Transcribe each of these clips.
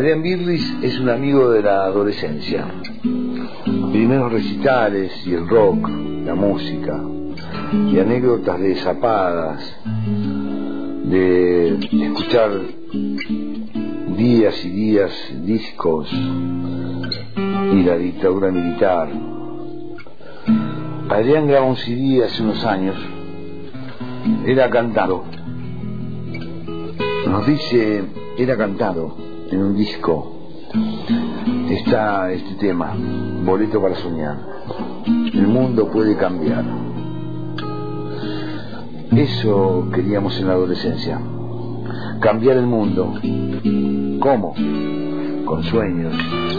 Adrián Birlis es un amigo de la adolescencia. Primeros recitales y el rock, la música, y anécdotas de zapadas, de escuchar días y días discos y la dictadura militar. Adrián grabó un CD hace unos años, era cantado. Nos dice, era cantado en un disco. Está este tema, Boleto para soñar. El mundo puede cambiar. Eso queríamos en la adolescencia. Cambiar el mundo. ¿Cómo? Con sueños.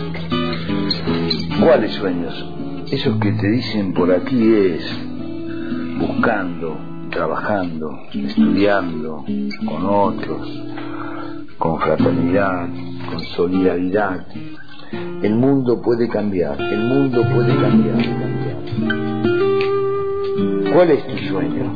¿Cuáles sueños? Esos que te dicen por aquí es, buscando, trabajando, estudiando, con otros, con fraternidad, con solidaridad. El mundo puede cambiar, el mundo puede cambiar. ¿Cuál es tu sueño?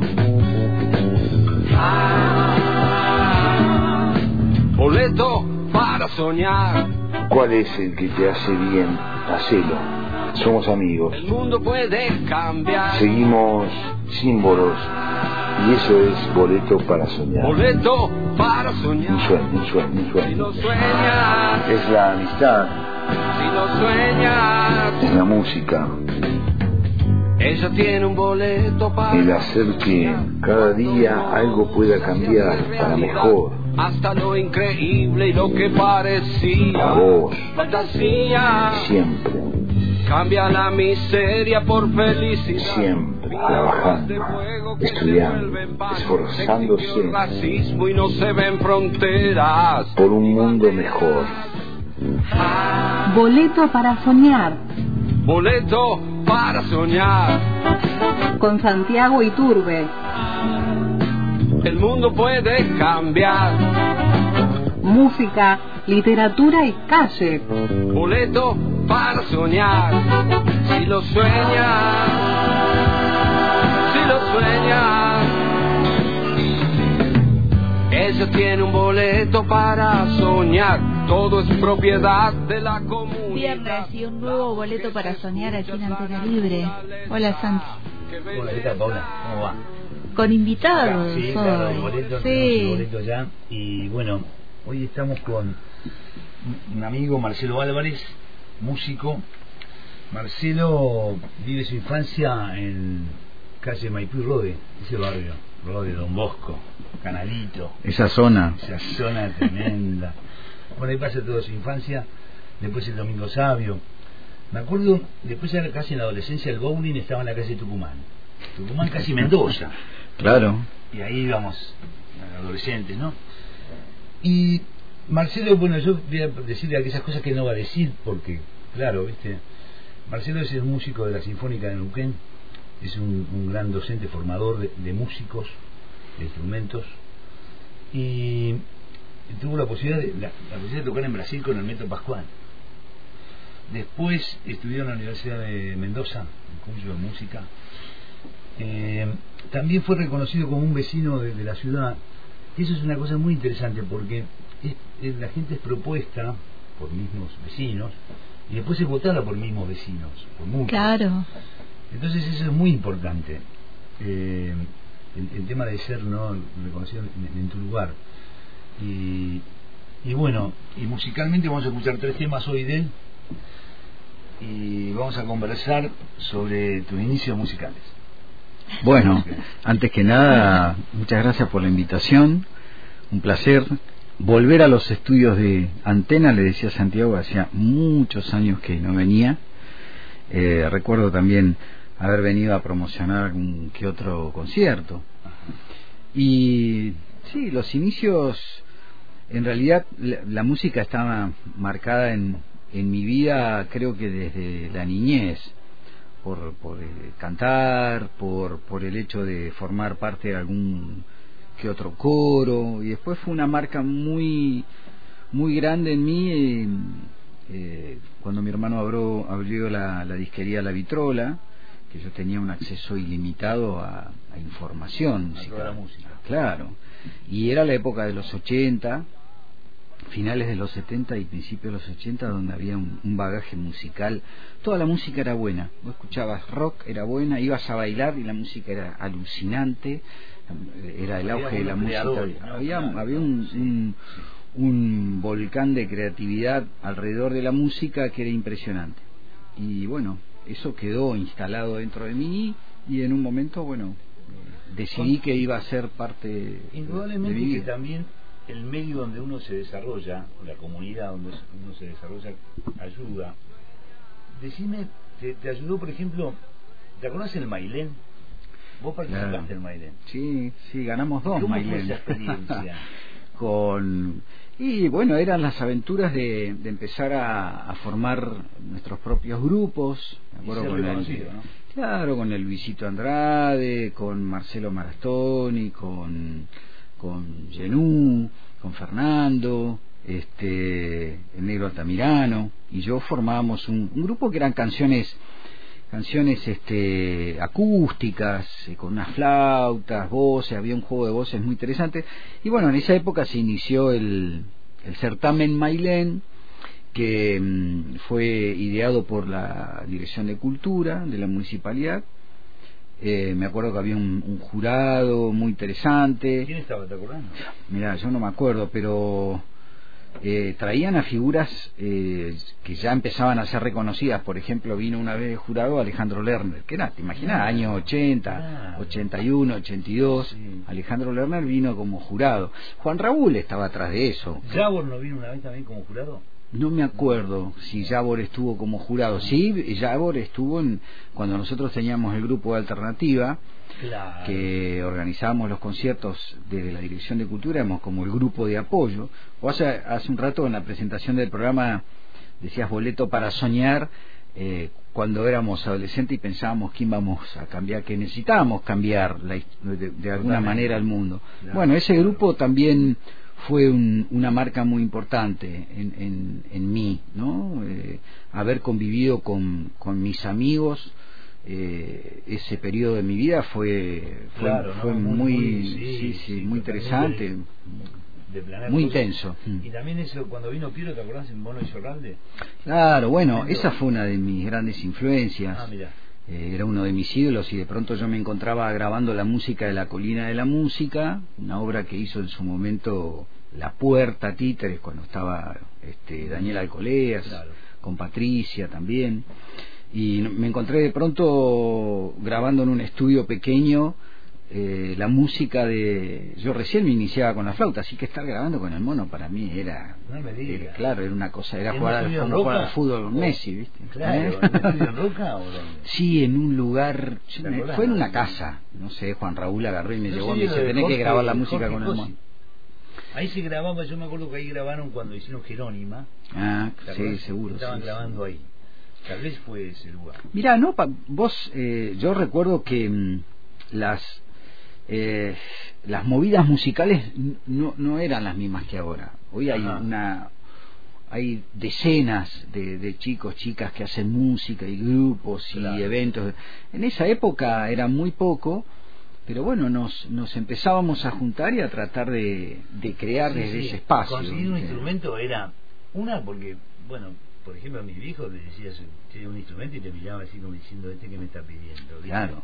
Boleto para soñar. ¿Cuál es el que te hace bien? Hacelo. Somos amigos. El mundo puede cambiar. Seguimos símbolos. Y eso es Boleto para soñar. Boleto para soñar. Un sueño, un sueño, un sueño. Si lo sueñas. Es la amistad. Si lo sueñas. Es la música. Ella tiene un boleto para... El hacer que cada día algo pueda cambiar para mejor. Hasta lo increíble y lo que parecía Para vos. Fantasía. Siempre. Cambia la miseria por felicidad. Siempre trabajando, estudiando, esforzándose racismo y no se ven fronteras por un mundo mejor. Boleto para soñar. Boleto para soñar. Con Santiago Iturbe. El mundo puede cambiar. Música, literatura y calle. Boleto para soñar. Si lo sueñas, si lo sueñas. Ella tiene un boleto para soñar. Todo es propiedad de la comunidad. Viernes y un nuevo boleto para soñar aquí en Antena Libre. Hola Santi. Hola, ¿qué tal, Paula? ¿Cómo va? Con invitados. Sí, claro, el boleto, sí. El boleto ya. Y bueno, hoy estamos con un amigo, Marcelo Álvarez, músico. Marcelo vive su infancia en calle Maipú y Rode, ese barrio, Rode, Don Bosco, Canalito. Esa zona Tremenda. Bueno, ahí pasa toda su infancia. Después el Domingo Sabio. Me acuerdo, después ya casi en la adolescencia, el bowling estaba en la calle Tucumán. Tucumán casi Mendoza. Claro. Y ahí íbamos, adolescentes, ¿no? Y Marcelo, bueno, yo voy a decirle aquellas cosas que él no va a decir, porque, claro, ¿viste? Marcelo es el músico de la Sinfónica de Neuquén, es un gran docente formador de músicos, de instrumentos, y tuvo la posibilidad de tocar en Brasil con el Metro Pascual. Después estudió en la Universidad de Mendoza, en curso de música. También fue reconocido como un vecino de la ciudad. Eso es una cosa muy interesante, porque la gente es propuesta por mismos vecinos y después es votada por mismos vecinos, por muchos. Claro. Entonces eso es muy importante, el tema de ser no reconocido en tu lugar. Y bueno, y musicalmente vamos a escuchar 3 temas hoy de él y vamos a conversar sobre tus inicios musicales. Bueno, antes que nada, muchas gracias por la invitación, un placer volver a los estudios de Antena. Le decía a Santiago, hacía muchos años que no venía. Recuerdo también haber venido a promocionar algún que otro concierto. Y sí, los inicios, en realidad la música estaba marcada en mi vida, creo que desde la niñez, por cantar, por el hecho de formar parte de algún que otro coro, y después fue una marca muy muy grande en mí cuando mi hermano abrió la disquería La Vitrola, que yo tenía un acceso ilimitado a información musical. A toda la música. Claro, y era la época de los 80, finales de los 70 y principios de los 80, donde había un bagaje musical. Toda la música era buena. Vos escuchabas rock, era buena, ibas a bailar y la música era alucinante. Era el auge de la música. ¿No? Había Sí. un volcán de creatividad alrededor de la música que era impresionante. Y bueno, eso quedó instalado dentro de mí y en un momento, bueno, decidí que iba a ser parte indudablemente de mi que vida. también el medio donde uno se desarrolla, la comunidad donde uno se desarrolla, ayuda. Decime, ¿te ayudó, por ejemplo, te acordás el Mailén? Vos participaste en Mailén. Sí, ganamos 2 ¿Cómo Mailén. fue esa experiencia? Y bueno, eran las aventuras de empezar a formar nuestros propios grupos. Me acuerdo con reconocido, ¿no? Claro, con el Luisito Andrade, con Marcelo Marastoni, con Genú, con Fernando, el Negro Altamirano, y yo formábamos un grupo que eran canciones acústicas, con unas flautas, voces, había un juego de voces muy interesante. Y bueno, en esa época se inició el certamen Mailén, que fue ideado por la Dirección de Cultura de la Municipalidad. Me acuerdo que había un jurado muy interesante. ¿Quién estaba, te acordás? Mirá, yo no me acuerdo, pero traían a figuras que ya empezaban a ser reconocidas. Por ejemplo, vino una vez de jurado Alejandro Lerner, que era, te imaginas, años 80, 81, 82. Sí. Alejandro Lerner vino como jurado. Juan Raúl estaba atrás de eso. ¿Yabor no vino una vez también como jurado? No me acuerdo si Yabor estuvo como jurado. Sí, Yabor estuvo cuando nosotros teníamos el grupo de Alternativa, claro, que organizábamos los conciertos desde la Dirección de Cultura, éramos como el grupo de apoyo. O hace un rato en la presentación del programa decías boleto para soñar, cuando éramos adolescentes y pensábamos que íbamos a cambiar, que necesitábamos cambiar de alguna manera el mundo. Claro. Bueno, ese grupo también fue una marca muy importante en mí, ¿no? Haber convivido con mis amigos, ese periodo de mi vida fue muy interesante, muy intenso. Y también eso, cuando vino Piero, ¿te acordás en Bono y Sorralde? Claro, bueno, esa fue una de mis grandes influencias. Ah, mira. Era uno de mis ídolos, y de pronto yo me encontraba grabando la música de La Colina de la Música, una obra que hizo en su momento La Puerta Títeres, cuando estaba Daniel Alcoleas, claro, con Patricia también, y me encontré de pronto grabando en un estudio pequeño la música yo recién me iniciaba con la flauta, así que estar grabando con el mono para mí era, no me digas, claro, era una cosa, era jugar al fútbol con Messi, ¿viste? Claro, ¿en estudio en Roca o dónde? Sí, en un lugar, fue en una casa, no sé, Juan Raúl agarró y me llevó, me dice, tenés que grabar la música con el mono. Ahí se grababa, yo me acuerdo que ahí grabaron cuando hicieron Jerónima. Ah, sí, seguro. Estaban grabando ahí. Tal vez fue ese lugar. Mirá, no, vos, yo recuerdo que las movidas musicales no eran las mismas que ahora. Hoy hay decenas de chicos, chicas que hacen música y grupos, claro, y eventos. En esa época era muy poco, pero bueno, nos empezábamos a juntar y a tratar de crear desde ese espacio. Conseguir un instrumento era porque, bueno, por ejemplo, a mis viejos les decías, tiene un instrumento, y te miraba así como diciendo, que me está pidiendo, ¿viste? Claro.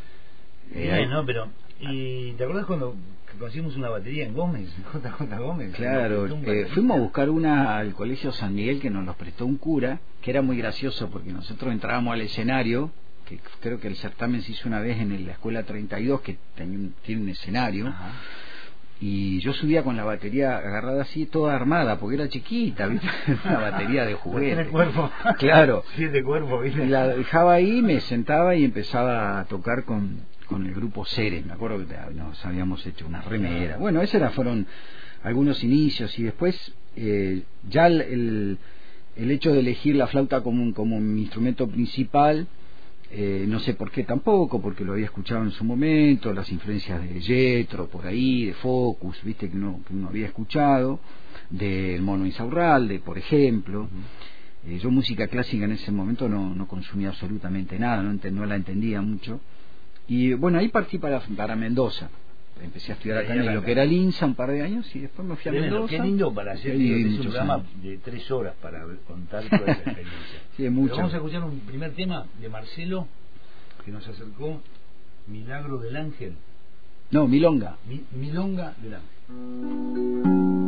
¿No? Pero, ¿y te acordás cuando conseguimos una batería en Gómez, JJ Gómez? Claro, fuimos a buscar una al Colegio San Miguel, que nos los prestó un cura, que era muy gracioso porque nosotros entrábamos al escenario, que creo que el certamen se hizo una vez en la Escuela 32, que tiene un escenario. Ajá. Y yo subía con la batería agarrada así, toda armada, porque era chiquita, ¿viste? Una batería de juguete. 3 cuerpos. Claro. 7 cuerpos, ¿viste? Y la dejaba ahí, me sentaba y empezaba a tocar con el grupo Ceres. Me acuerdo que nos habíamos hecho una remera. Bueno, esos fueron algunos inicios, y después ya el hecho de elegir la flauta como mi instrumento principal, no sé por qué tampoco, porque lo había escuchado en su momento, las influencias de Jethro por ahí, de Focus, viste, que uno había escuchado, del Mono Insaurralde, por ejemplo. Yo música clásica en ese momento no consumía absolutamente nada, no la entendía mucho, y bueno, ahí partí para Mendoza. empecé a estudiar acá en lo que era el INSA un par de años y después me fui a Mendoza. Qué lindo para hacer un programa de 3 horas para contar toda esa experiencia. Sí, es mucho. Pero vamos a escuchar un primer tema de Marcelo que nos acercó, Milagro del Ángel. No, Milonga. Milonga del Ángel.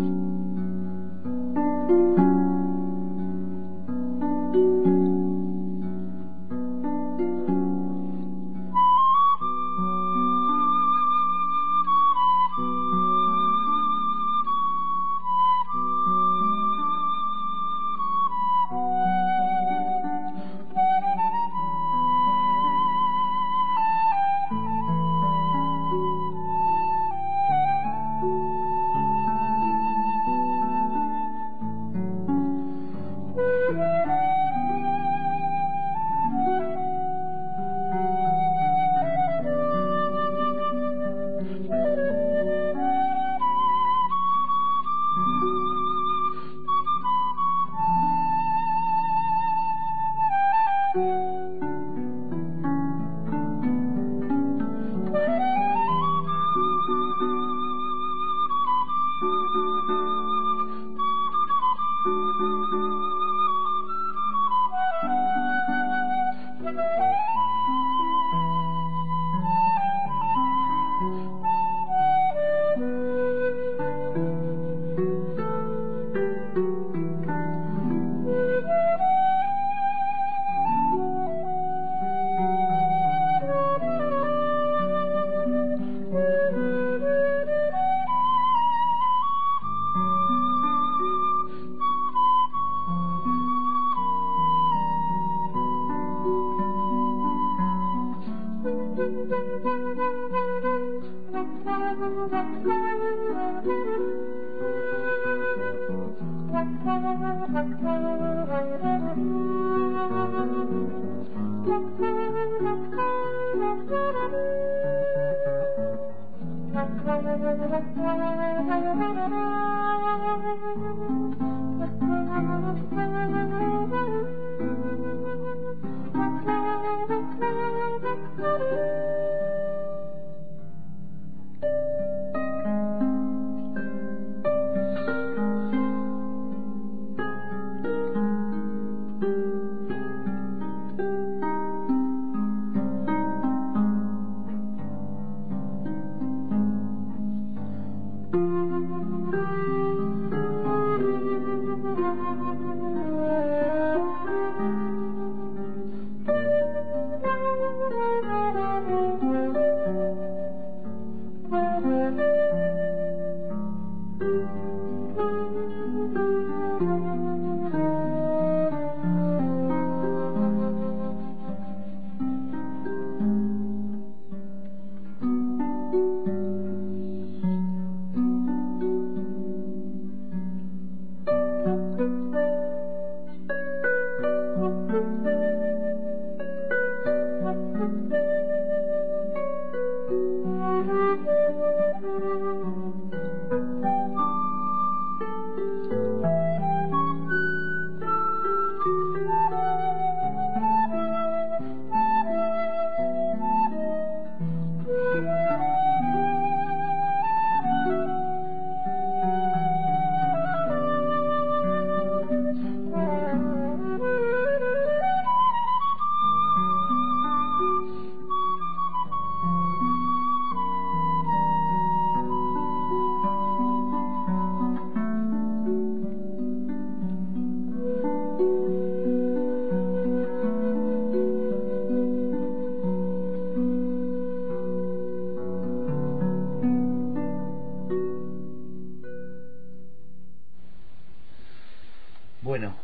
Bueno,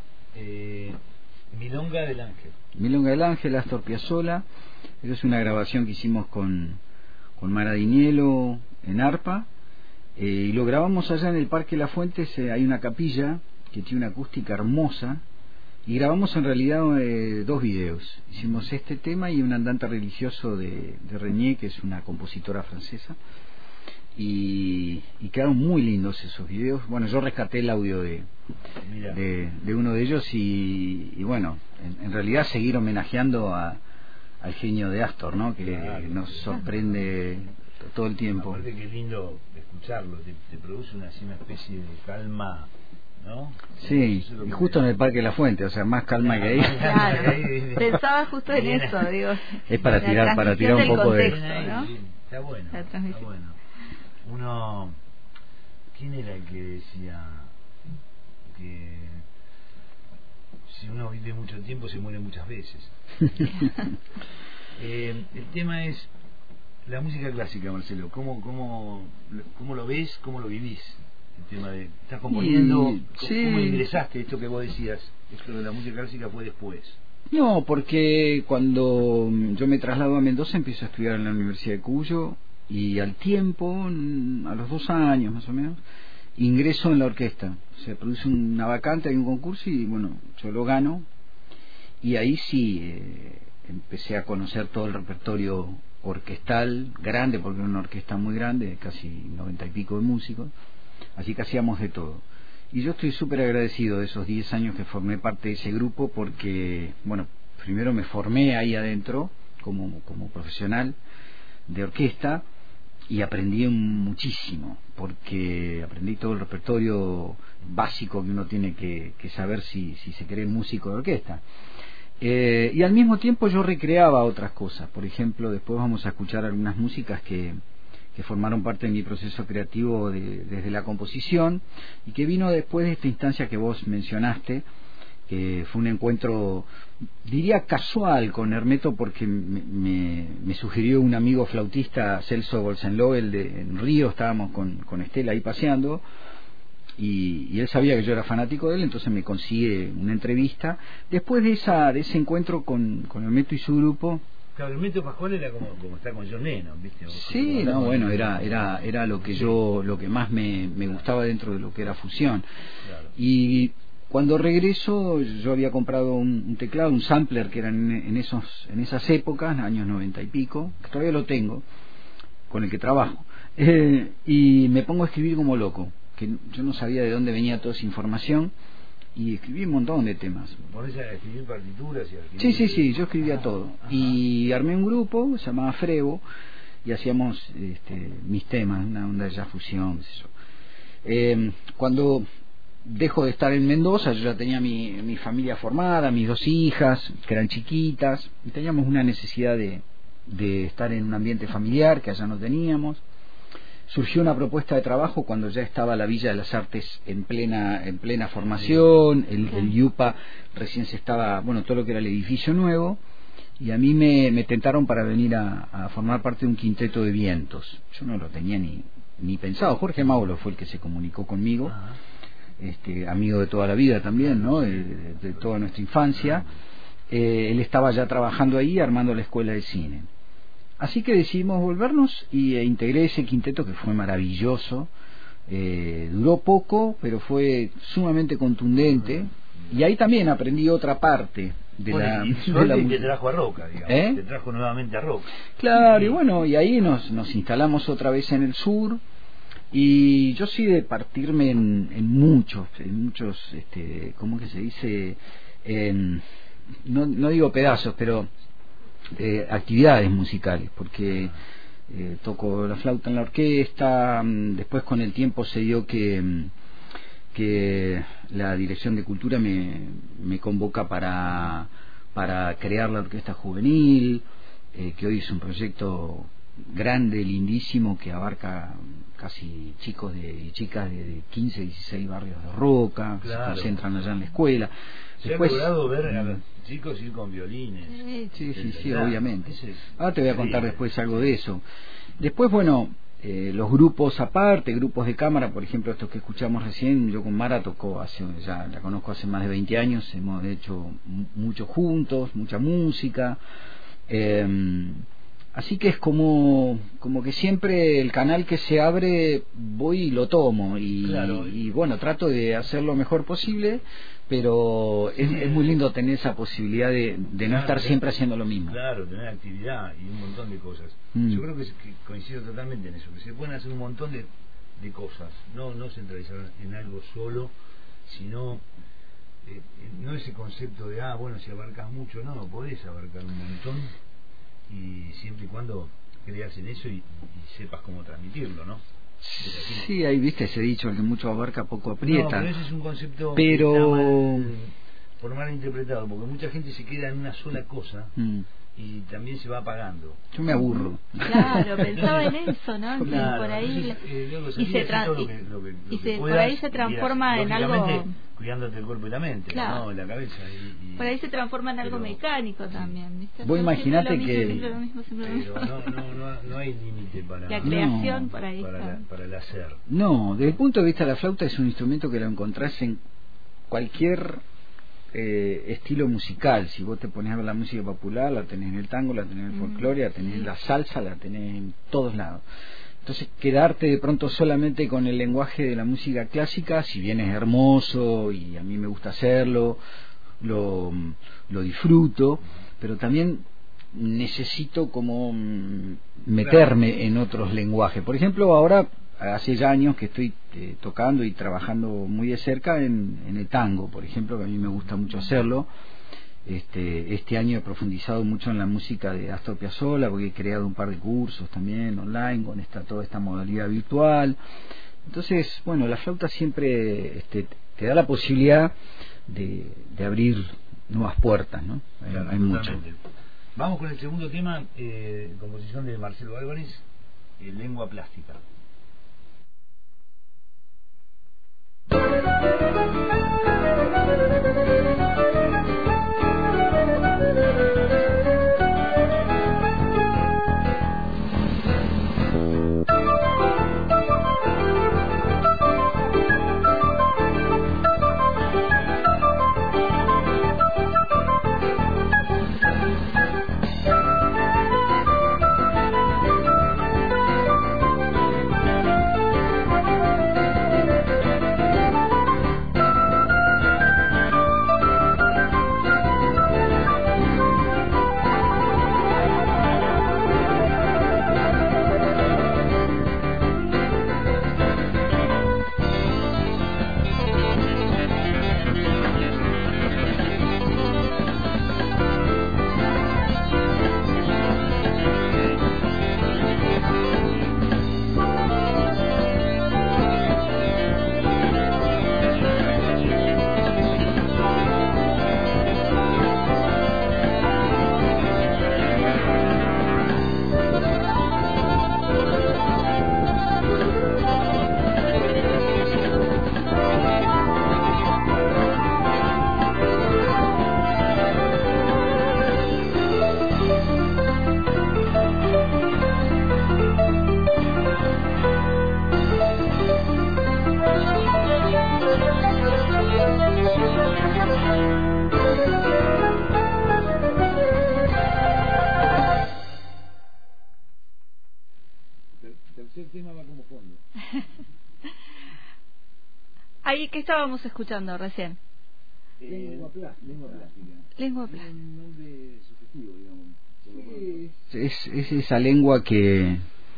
Milonga del Ángel. Milonga del Ángel, Astor Piazzolla. Eso es una grabación que hicimos con Mara Dinielo en arpa. Y lo grabamos allá en el Parque La Fuentes. Hay una capilla que tiene una acústica hermosa. Y grabamos en realidad 2 videos. Hicimos este tema y un andante religioso de Renier, que es una compositora francesa. Y quedaron muy lindos esos videos. Bueno, yo rescaté el audio de uno de ellos y bueno, en realidad seguir homenajeando al genio de Astor, ¿no? Que nos sorprende todo el tiempo. Aparte que lindo escucharlo, te produce una especie de calma, ¿no? Sí, y justo en el Parque La Fuente, o sea, más calma que ahí. Claro, pensaba justo en eso, digo. Es para tirar un poco de... ¿no? Está bueno, está bueno. Uno, ¿quién era el que decía que si uno vive mucho tiempo se muere muchas veces? El tema es la música clásica, Marcelo. ¿Cómo lo ves? ¿Cómo lo vivís? El tema de estás componiendo, sí. ¿Cómo ingresaste esto que vos decías? Esto de la música clásica fue después. No, porque cuando yo me traslado a Mendoza empiezo a estudiar en la Universidad de Cuyo y al tiempo, a los 2 años más o menos, ingreso en la orquesta. Se produce una vacante, hay un concurso y bueno, yo lo gano y ahí sí empecé a conocer todo el repertorio orquestal grande, porque era una orquesta muy grande, casi 90 y pico de músicos, así que hacíamos de todo. Y yo estoy súper agradecido de esos 10 años que formé parte de ese grupo, porque, bueno, primero me formé ahí adentro como profesional de orquesta y aprendí muchísimo, porque aprendí todo el repertorio básico que uno tiene que saber si se quiere músico de orquesta. Y al mismo tiempo yo recreaba otras cosas. Por ejemplo, después vamos a escuchar algunas músicas que formaron parte de mi proceso creativo desde la composición y que vino después de esta instancia que vos mencionaste, que fue un encuentro, diría casual, con Hermeto, porque me sugirió un amigo flautista, Celso Bolsenloel, en Río. Estábamos con Estela ahí paseando y él sabía que yo era fanático de él, entonces me consigue una entrevista. Después de ese encuentro con Hermeto y su grupo. Claro, Hermeto Pascual era como está con John Lennon, ¿viste? Sí, no, bueno, era lo que lo que más me gustaba dentro de lo que era fusión. Claro. Y cuando regreso, yo había comprado un teclado, un sampler, que eran en esas épocas, años 90 y pico, que todavía lo tengo, con el que trabajo, y me pongo a escribir como loco, que yo no sabía de dónde venía toda esa información, y escribí un montón de temas. ¿Ponés a escribir partituras? Y Sí, yo escribía todo. Ajá. Y armé un grupo, se llamaba Frevo, y hacíamos mis temas, una onda de jazz fusión, qué sé yo. Cuando dejo de estar en Mendoza, yo ya tenía mi familia formada, mis 2 hijas, que eran chiquitas, y teníamos una necesidad de estar en un ambiente familiar que allá no teníamos. Surgió una propuesta de trabajo cuando ya estaba la Villa de las Artes en plena formación, el IUPA recién se estaba, bueno, todo lo que era el edificio nuevo, y a mí me tentaron para venir a formar parte de un quinteto de vientos. Yo no lo tenía ni pensado. Jorge Maulo fue el que se comunicó conmigo, amigo de toda la vida también, ¿no? De toda nuestra infancia. Él estaba ya trabajando ahí, armando la escuela de cine. Así que decidimos volvernos y integré ese quinteto, que fue maravilloso. Duró poco, pero fue sumamente contundente. Y ahí también aprendí otra parte de la música. Te trajo a Roca, digamos. Te trajo nuevamente a Roca. Claro, y bueno, y ahí nos instalamos otra vez en el sur. Y yo soy de partirme en muchos, ¿cómo que se dice? No digo pedazos, pero actividades musicales, porque toco la flauta en la orquesta. Después, con el tiempo, se dio que la Dirección de Cultura me convoca para crear la orquesta juvenil, que hoy es un proyecto grande, lindísimo, que abarca casi chicos y chicas de 15, 16 barrios de Roca. Claro. Se concentran allá en la escuela. Después, se ha logrado ver a los chicos ir con violines. Sí, obviamente. Ahora te voy a contar después algo de eso. Después, bueno, los grupos aparte, grupos de cámara, por ejemplo, estos que escuchamos recién, yo con Mara tocó ya la conozco hace más de 20 años, hemos hecho mucho juntos, mucha música. Así que es como que siempre el canal que se abre voy y lo tomo y bueno, trato de hacer lo mejor posible, pero es muy lindo tener esa posibilidad de no estar siempre haciendo lo mismo. Claro, tener actividad y un montón de cosas. Yo creo que coincido totalmente en eso, que se pueden hacer un montón de cosas, no centralizar en algo solo, sino no ese concepto de bueno, si abarcas mucho, no, podés abarcar un montón, y siempre y cuando crearse en eso y sepas cómo transmitirlo, ¿no? Sí, ahí viste ese dicho, el que mucho abarca poco aprieta. No, pero ese es un concepto pero por mal interpretado, porque mucha gente se queda en una sola cosa y también se va apagando. Yo me aburro. Claro, pensaba en eso, ¿no? Claro, por ahí entonces, por ahí se transforma en algo, cuidándote el cuerpo y la mente, claro, ¿no? La cabeza por ahí se transforma en algo mecánico también, ¿viste? Vos imaginate que no hay límite para la creación, por ahí para el hacer. No, desde el punto de vista de la flauta es un instrumento que lo encontrás en cualquier estilo musical. Si vos te pones a ver la música popular, la tenés en el tango, la tenés en el folclore, la tenés en la salsa, la tenés en todos lados. Entonces, quedarte de pronto solamente con el lenguaje de la música clásica, si bien es hermoso y a mí me gusta hacerlo, lo disfruto, pero también necesito como meterme en otros lenguajes. Por ejemplo, ahora hace ya años que estoy tocando y trabajando muy de cerca en el tango, por ejemplo, que a mí me gusta mucho hacerlo. Este año he profundizado mucho en la música de Astor Piazzolla, porque he creado un par de cursos también online con toda esta modalidad virtual. Entonces, bueno, la flauta siempre te da la posibilidad de abrir nuevas puertas, ¿no? Claro, hay mucho. Vamos con el segundo tema, composición de Marcelo Álvarez, Lengua Plástica. Ahí, ¿qué estábamos escuchando recién? Lengua plástica. Lengua plástica. Un nombre sugestivo, digamos. Sí, es esa lengua que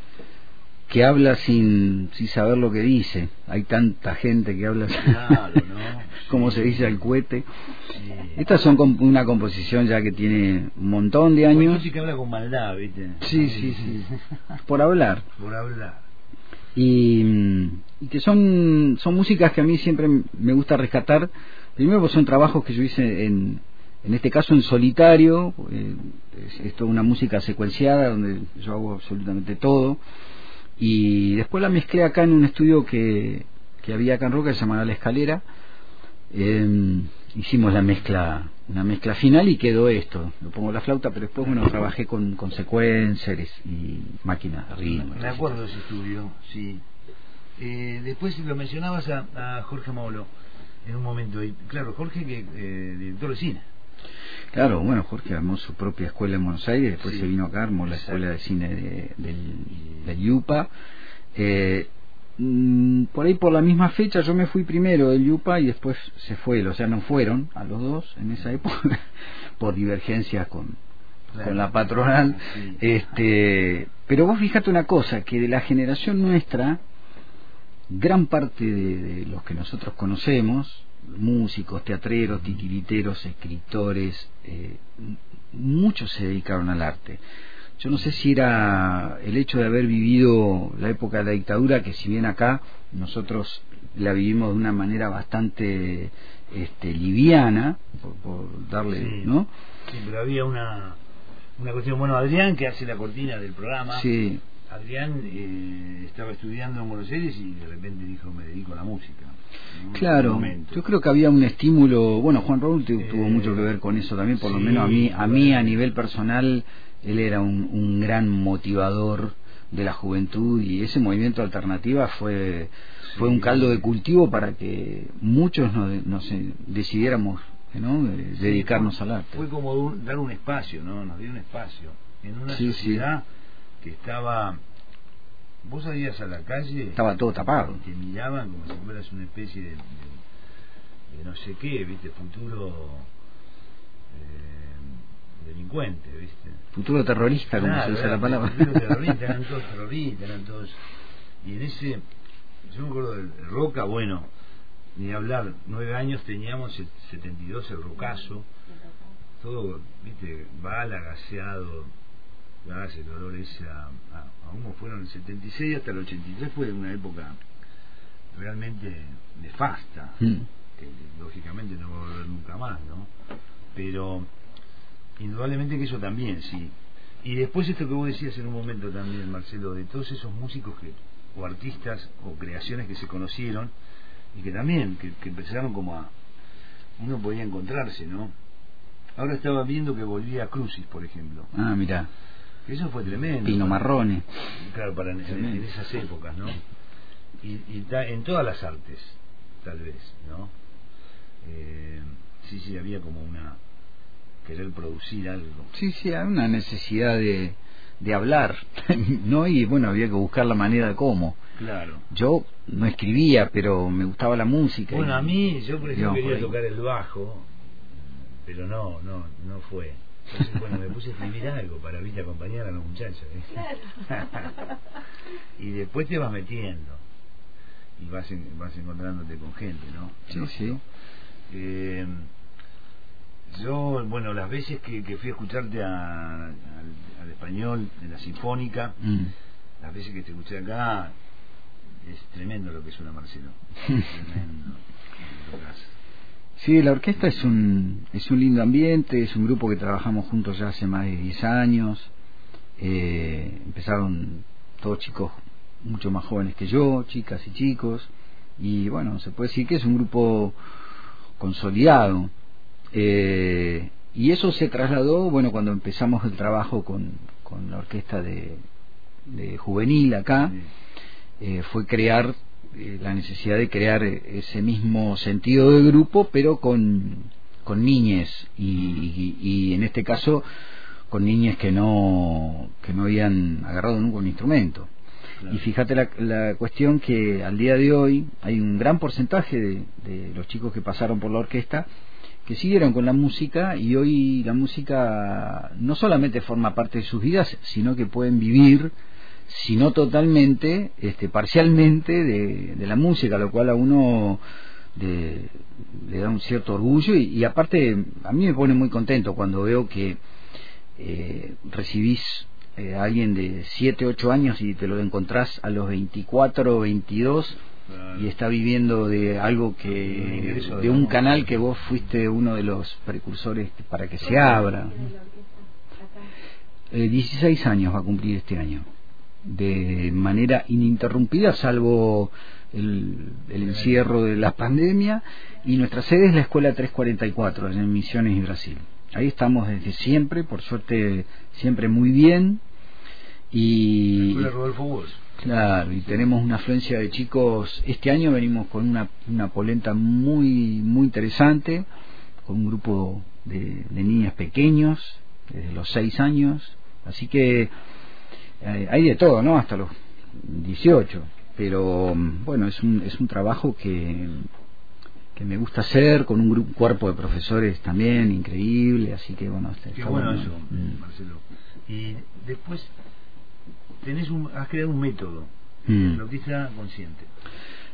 habla sin saber lo que dice. Hay tanta gente que habla claro, ¿no? como se dice al cohete. Sí. Estas son una composición ya que tiene un montón de años. Música que habla con maldad, ¿viste? Sí. Por hablar. Y que son músicas que a mí siempre me gusta rescatar. Primero, pues son trabajos que yo hice en este caso en solitario. Es toda una música secuenciada donde yo hago absolutamente todo, y después la mezclé acá en un estudio que había acá en Roca, que se llamaba La Escalera. Hicimos una mezcla final y quedó esto. Lo pongo la flauta, pero después trabajé con sequencers y máquinas de ritmo. Me acuerdo de ese estudio, sí. Después lo mencionabas a Jorge Maulo en un momento, y claro, Jorge, que director de cine. Claro, Jorge armó su propia escuela en Buenos Aires, después se vino acá, armó la escuela de cine del IUPA. Por ahí, por la misma fecha, yo me fui primero del IUPA y después se fue, o sea, no fueron a los dos en esa época por divergencias con la patronal. Pero vos fíjate una cosa, que de la generación nuestra, gran parte de los que nosotros conocemos, músicos, teatreros, titiriteros, escritores, muchos se dedicaron al arte. yo no sé si era el hecho de haber vivido la época de la dictadura, que si bien acá nosotros la vivimos de una manera bastante liviana, por darle, sí, ¿no? Sí, pero había una cuestión. Bueno, Adrián, que hace la cortina del programa, Sí. Adrián estaba estudiando en Buenos Aires y de repente dijo, me dedico a la música, ¿no? Claro, yo creo que había un estímulo. Bueno, Juan Raúl tuvo mucho que ver con eso también, por lo sí, menos a mí a nivel personal, él era un gran motivador de la juventud, y ese movimiento Alternativa fue un caldo de cultivo para que muchos nos decidiéramos, ¿no? Dedicarnos al arte. Fue como dar un espacio, ¿no? Nos dio un espacio en una sociedad que estaba, vos salías a la calle, estaba todo tapado, te miraban como si fueras una especie de no sé qué, viste, futuro delincuente, viste, futuro terrorista, como se usa la palabra. Futuro terrorista, eran todos terroristas, eran todos. Y en ese, yo me acuerdo del Roca, bueno, ni hablar, 9 años teníamos, el 72 el rocazo, todo, viste, bala, gaseado, gas, el olor ese a humo. Fueron el 76 hasta el 83, fue una época realmente nefasta, que lógicamente no va a volver nunca más, ¿no? Pero indudablemente que eso también, sí. Y después esto que vos decías en un momento también, Marcelo, de todos esos músicos o artistas o creaciones que se conocieron y que también que empezaron como a, uno podía encontrarse, ¿no? Ahora estaba viendo que volvía a Crucis, por ejemplo. Ah, mirá, Eso fue tremendo. Pino Marrone. Claro, en esas épocas, ¿no? Y en todas las artes, tal vez, ¿no? Sí, había como una querer producir algo. Sí, hay una necesidad de hablar, ¿no? Y bueno, había que buscar la manera de cómo. Claro. Yo no escribía, pero me gustaba la música. Bueno, a mí, yo por ejemplo quería tocar el bajo, pero no fue. Entonces, bueno, me puse a escribir algo para, viste, acompañar a los muchachos, ¿viste? Claro. Y después te vas metiendo y vas encontrándote con gente, ¿no? Sí. Yo, bueno, las veces que fui a escucharte al español en la Sinfónica, las veces que te escuché acá, es tremendo lo que suena, Marcelo. Tremendo. Sí, la orquesta es un lindo ambiente, es un grupo que trabajamos juntos ya hace más de 10 años. Empezaron todos chicos mucho más jóvenes que yo, chicas y chicos, y bueno, se puede decir que es un grupo consolidado. Y eso se trasladó, bueno, cuando empezamos el trabajo con la orquesta de juvenil acá, fue crear la necesidad de crear ese mismo sentido de grupo, pero con niñes, y en este caso con niñas que no habían agarrado nunca un instrumento. Claro. Y fíjate la cuestión, que al día de hoy hay un gran porcentaje de los chicos que pasaron por la orquesta que siguieron con la música, y hoy la música no solamente forma parte de sus vidas, sino que pueden vivir, si no totalmente, parcialmente de la música, lo cual a uno le da un cierto orgullo, y aparte a mí me pone muy contento cuando veo que recibís a alguien de 7, 8 años y te lo encontrás a los 24 o 22, y está viviendo de algo de un canal que vos fuiste uno de los precursores para que se abra. 16 años va a cumplir este año, de manera ininterrumpida, salvo el encierro de la pandemia, y nuestra sede es la Escuela 344 en Misiones y Brasil. Ahí estamos desde siempre, por suerte siempre muy bien. Y Escuela Rodolfo Bosch. Claro, y tenemos una afluencia de chicos. Este año venimos con una polenta muy interesante, con un grupo de niñas pequeños, desde los 6 años, así que hay de todo, ¿no? Hasta los 18, pero bueno, es un trabajo que me gusta hacer, con un cuerpo de profesores también increíble, así que bueno, qué bueno eso, Marcelo. Y después has creado un método, el flautista consciente.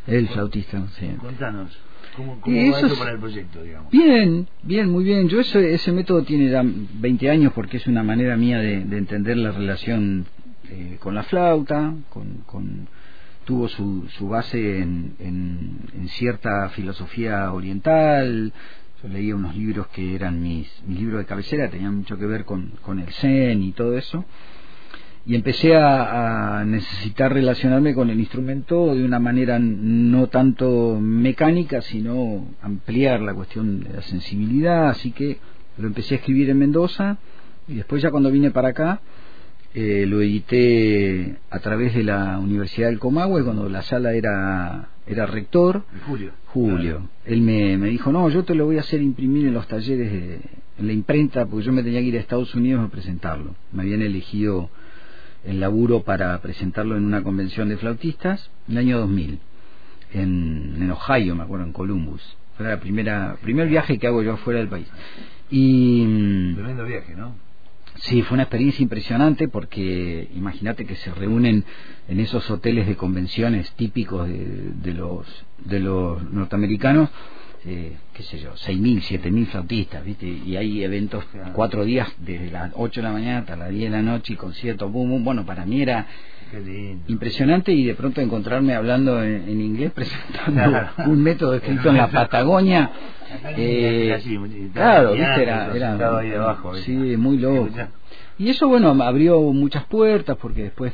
El flautista, sí. Contanos, ¿cómo va eso para el proyecto, digamos? Bien, muy bien. Yo ese método tiene ya 20 años porque es una manera mía de entender la relación con la flauta, tuvo su base en cierta filosofía oriental. Yo leía unos libros que eran mis libros de cabecera, tenían mucho que ver con el Zen y todo eso, y empecé a necesitar relacionarme con el instrumento de una manera no tanto mecánica, sino ampliar la cuestión de la sensibilidad, así que lo empecé a escribir en Mendoza, y después ya cuando vine para acá lo edité a través de la Universidad del Comahue, cuando la sala era rector. Julio. Claro. Él me dijo, no, yo te lo voy a hacer imprimir en los talleres, en la imprenta, porque yo me tenía que ir a Estados Unidos a presentarlo. Me habían elegido el laburo para presentarlo en una convención de flautistas en el año 2000, en Ohio, me acuerdo, en Columbus. Fue el primer viaje que hago yo fuera del país. Tremendo viaje, ¿no? Sí, fue una experiencia impresionante porque imagínate que se reúnen en esos hoteles de convenciones típicos de los norteamericanos, qué sé yo, 6.000, 7.000 flautistas, ¿viste? Y hay eventos 4 días desde las 8 de la mañana hasta las 10 de la noche y conciertos, boom, boom. Bueno, para mí era impresionante, y de pronto encontrarme hablando en inglés presentando un método escrito en la Patagonia. Claro, viste, era ahí debajo, sí, muy loco. Y eso, bueno, abrió muchas puertas porque después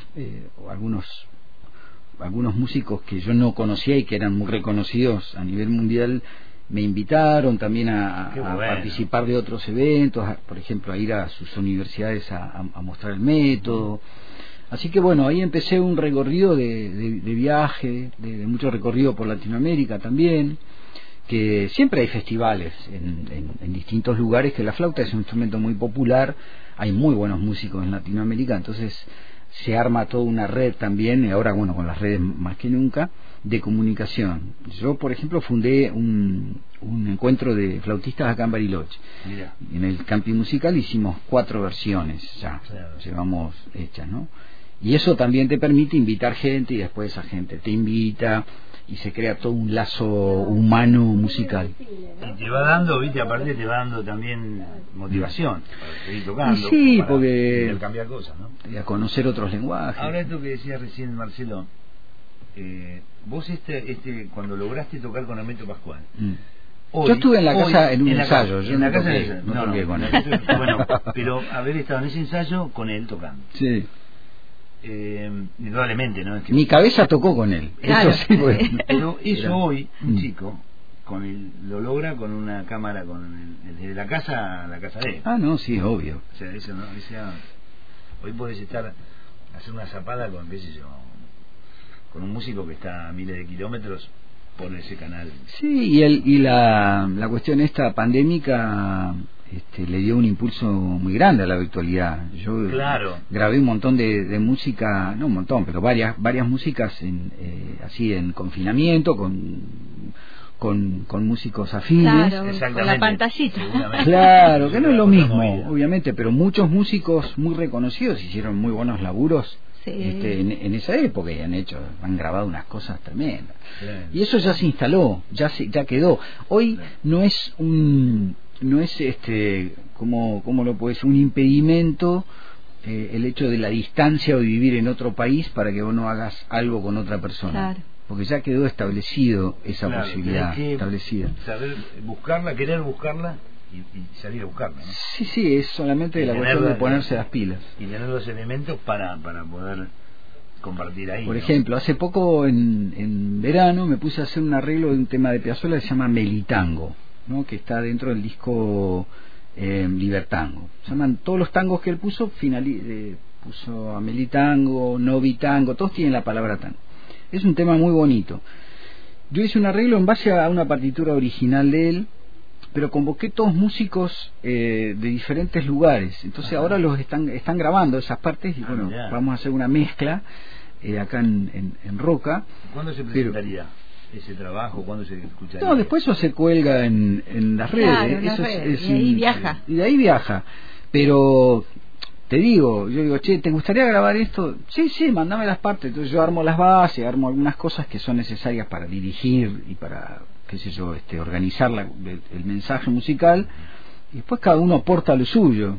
algunos músicos que yo no conocía y que eran muy reconocidos a nivel mundial me invitaron también a participar de otros eventos, por ejemplo a ir a sus universidades a mostrar el método. Así que bueno, ahí empecé un recorrido de viaje, de mucho recorrido por Latinoamérica también, que siempre hay festivales en distintos lugares, que la flauta es un instrumento muy popular, hay muy buenos músicos en Latinoamérica, entonces se arma toda una red también, y ahora bueno, con las redes más que nunca, de comunicación. Yo, por ejemplo, fundé un encuentro de flautistas acá en Bariloche. Mira. En el camping musical hicimos 4 versiones ya, llevamos hechas, ¿no? Y eso también te permite invitar gente, y después esa gente te invita y se crea todo un lazo humano musical. Y te va dando, viste, aparte te va dando también motivación para seguir tocando, y sí, para porque cambiar cosas, ¿no? Y a conocer otros lenguajes. Ahora esto que decías recién, Marcelo, vos cuando lograste tocar con Hermeto Pascual, hoy, yo estuve en la casa en un ensayo, yo en no la casa toqué, no toqué con él. Bueno, pero haber estado en ese ensayo con él tocando. Sí. Indudablemente, ¿no? Es que mi cabeza tocó con él, claro. eso sí, bueno. Pero eso hoy, un chico lo logra con una cámara desde la casa a la casa de él. Ah, no, sí, obvio. O sea, eso no, hoy podés hacer una zapada con, qué sé yo, con un músico que está a miles de kilómetros por ese canal. Sí, y la cuestión esta pandémica le dio un impulso muy grande a la virtualidad. Yo grabé un montón de música, no un montón, pero varias músicas así en confinamiento, con músicos afines. Claro, con la pantallita. Claro, que no es lo mismo, obviamente, pero muchos músicos muy reconocidos hicieron muy buenos laburos. Sí. En esa época, y han grabado unas cosas tremendas. Y eso ya se instaló, ya quedó. Hoy no es ¿cómo lo puede ser? Un impedimento el hecho de la distancia o de vivir en otro país para que vos no hagas algo con otra persona. Claro. Porque ya quedó establecido esa posibilidad establecida. Saber buscarla, querer buscarla y salir a buscarla, ¿no? Sí, es solamente la cuestión de ponerse las pilas y tener los elementos para poder compartir ahí. Por ejemplo, hace poco en verano me puse a hacer un arreglo de un tema de Piazzolla que se llama Melitango, ¿no? Que está dentro del disco Libertango. Se llaman todos los tangos que él puso, puso a Melitango, Novitango, todos tienen la palabra tango. Es un tema muy bonito. Yo hice un arreglo en base a una partitura original de él, pero convoqué todos músicos de diferentes lugares. Entonces ahora los están grabando esas partes, y bueno, vamos a hacer una mezcla acá en Roca. ¿Cuándo se presentaría ese trabajo? ¿Cuándo se escucharía? No, después eso se cuelga en las redes. Claro, en las redes. Y ahí viaja. Y de ahí viaja. Pero te digo, yo digo, che, ¿te gustaría grabar esto? Sí, mandame las partes. Entonces yo armo las bases, armo algunas cosas que son necesarias para dirigir y para, qué sé yo, organizar el mensaje musical, y después cada uno aporta lo suyo.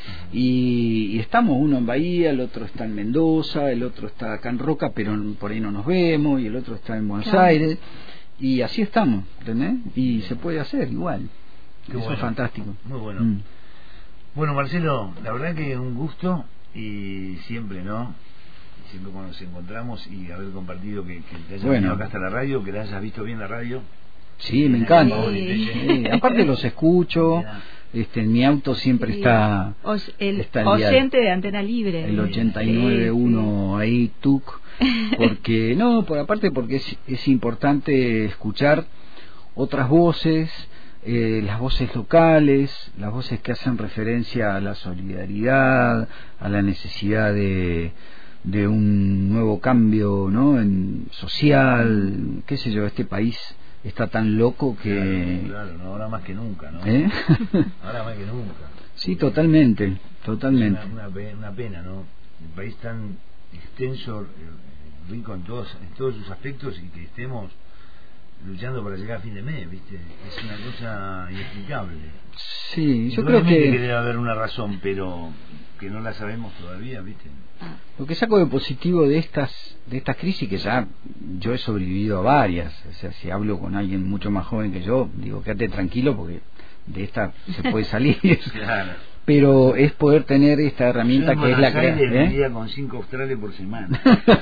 Y estamos uno en Bahía, el otro está en Mendoza, el otro está acá en Roca, pero por ahí no nos vemos, y el otro está en Buenos Aires, y así estamos, ¿entendés? Y se puede hacer igual. Eso bueno. Es fantástico. Muy bueno. Bueno, Marcelo, la verdad que es un gusto, y siempre, ¿no? Siempre cuando nos encontramos y haber compartido que te hayas venido acá hasta la radio, que la hayas visto bien la radio. Sí, me encanta. Sí. Aparte los escucho, en mi auto siempre está el oyente de Antena Libre. El 89.1 ahí, TUC, porque aparte porque es importante escuchar otras voces, las voces locales, las voces que hacen referencia a la solidaridad, a la necesidad de un nuevo cambio, ¿no? Social, qué sé yo, este país está tan loco que... Claro, no, ahora más que nunca, ¿no? Ahora más que nunca. Sí, totalmente. Es una pena, ¿no? Un país tan extenso, rico en todos sus aspectos, y que estemos luchando para llegar a fin de mes, ¿viste? Es una cosa inexplicable. Sí, yo creo que debe haber una razón, pero que no la sabemos todavía, ¿viste? Lo que saco de positivo de estas crisis, que ya yo he sobrevivido a varias, o sea, si hablo con alguien mucho más joven que yo, digo, quédate tranquilo porque de esta se puede salir. Claro. Pero es poder tener esta herramienta que es la creación. Con 5 australes por semana.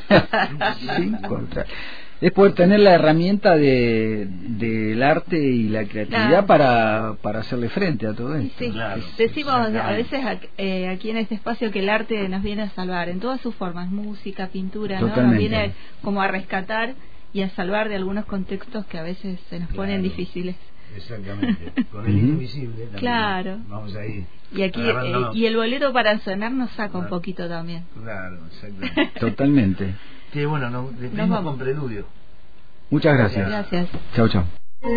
5 australes. Es poder tener la herramienta del arte y la creatividad para hacerle frente a todo esto. Sí. Claro, decimos a veces aquí en este espacio que el arte nos viene a salvar en todas sus formas, música, pintura, ¿no? Nos viene como a rescatar y a salvar de algunos contextos que a veces se nos ponen difíciles. Exactamente, con el invisible también. Claro. Vamos ahí. Y aquí y el boleto para sonar nos saca un poquito también. Claro, exactamente. Totalmente. Que bueno, nos despedimos con Preludio. Muchas gracias. Gracias. Chao, chao.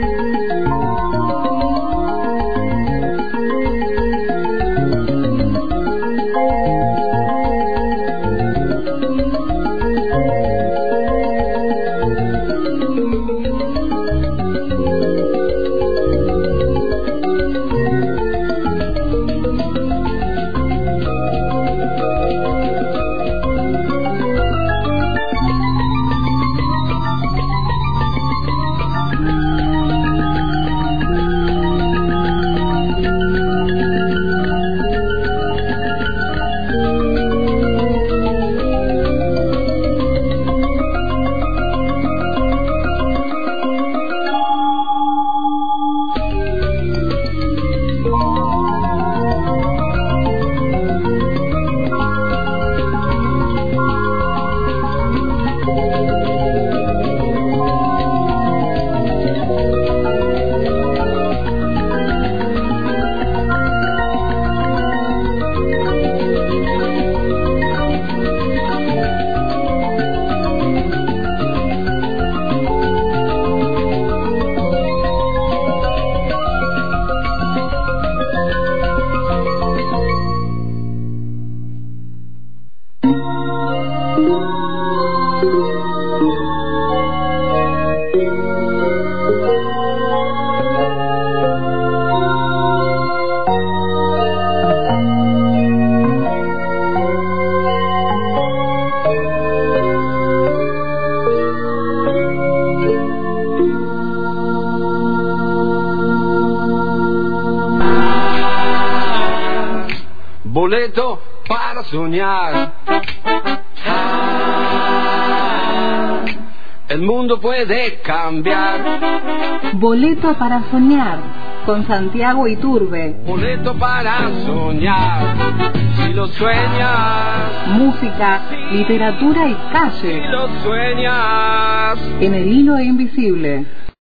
Boleto para soñar. El mundo puede cambiar. Boleto para soñar con Santiago Iturbe. Boleto para soñar. Si lo sueñas. Música, literatura y calle. Si lo sueñas. En el hilo invisible.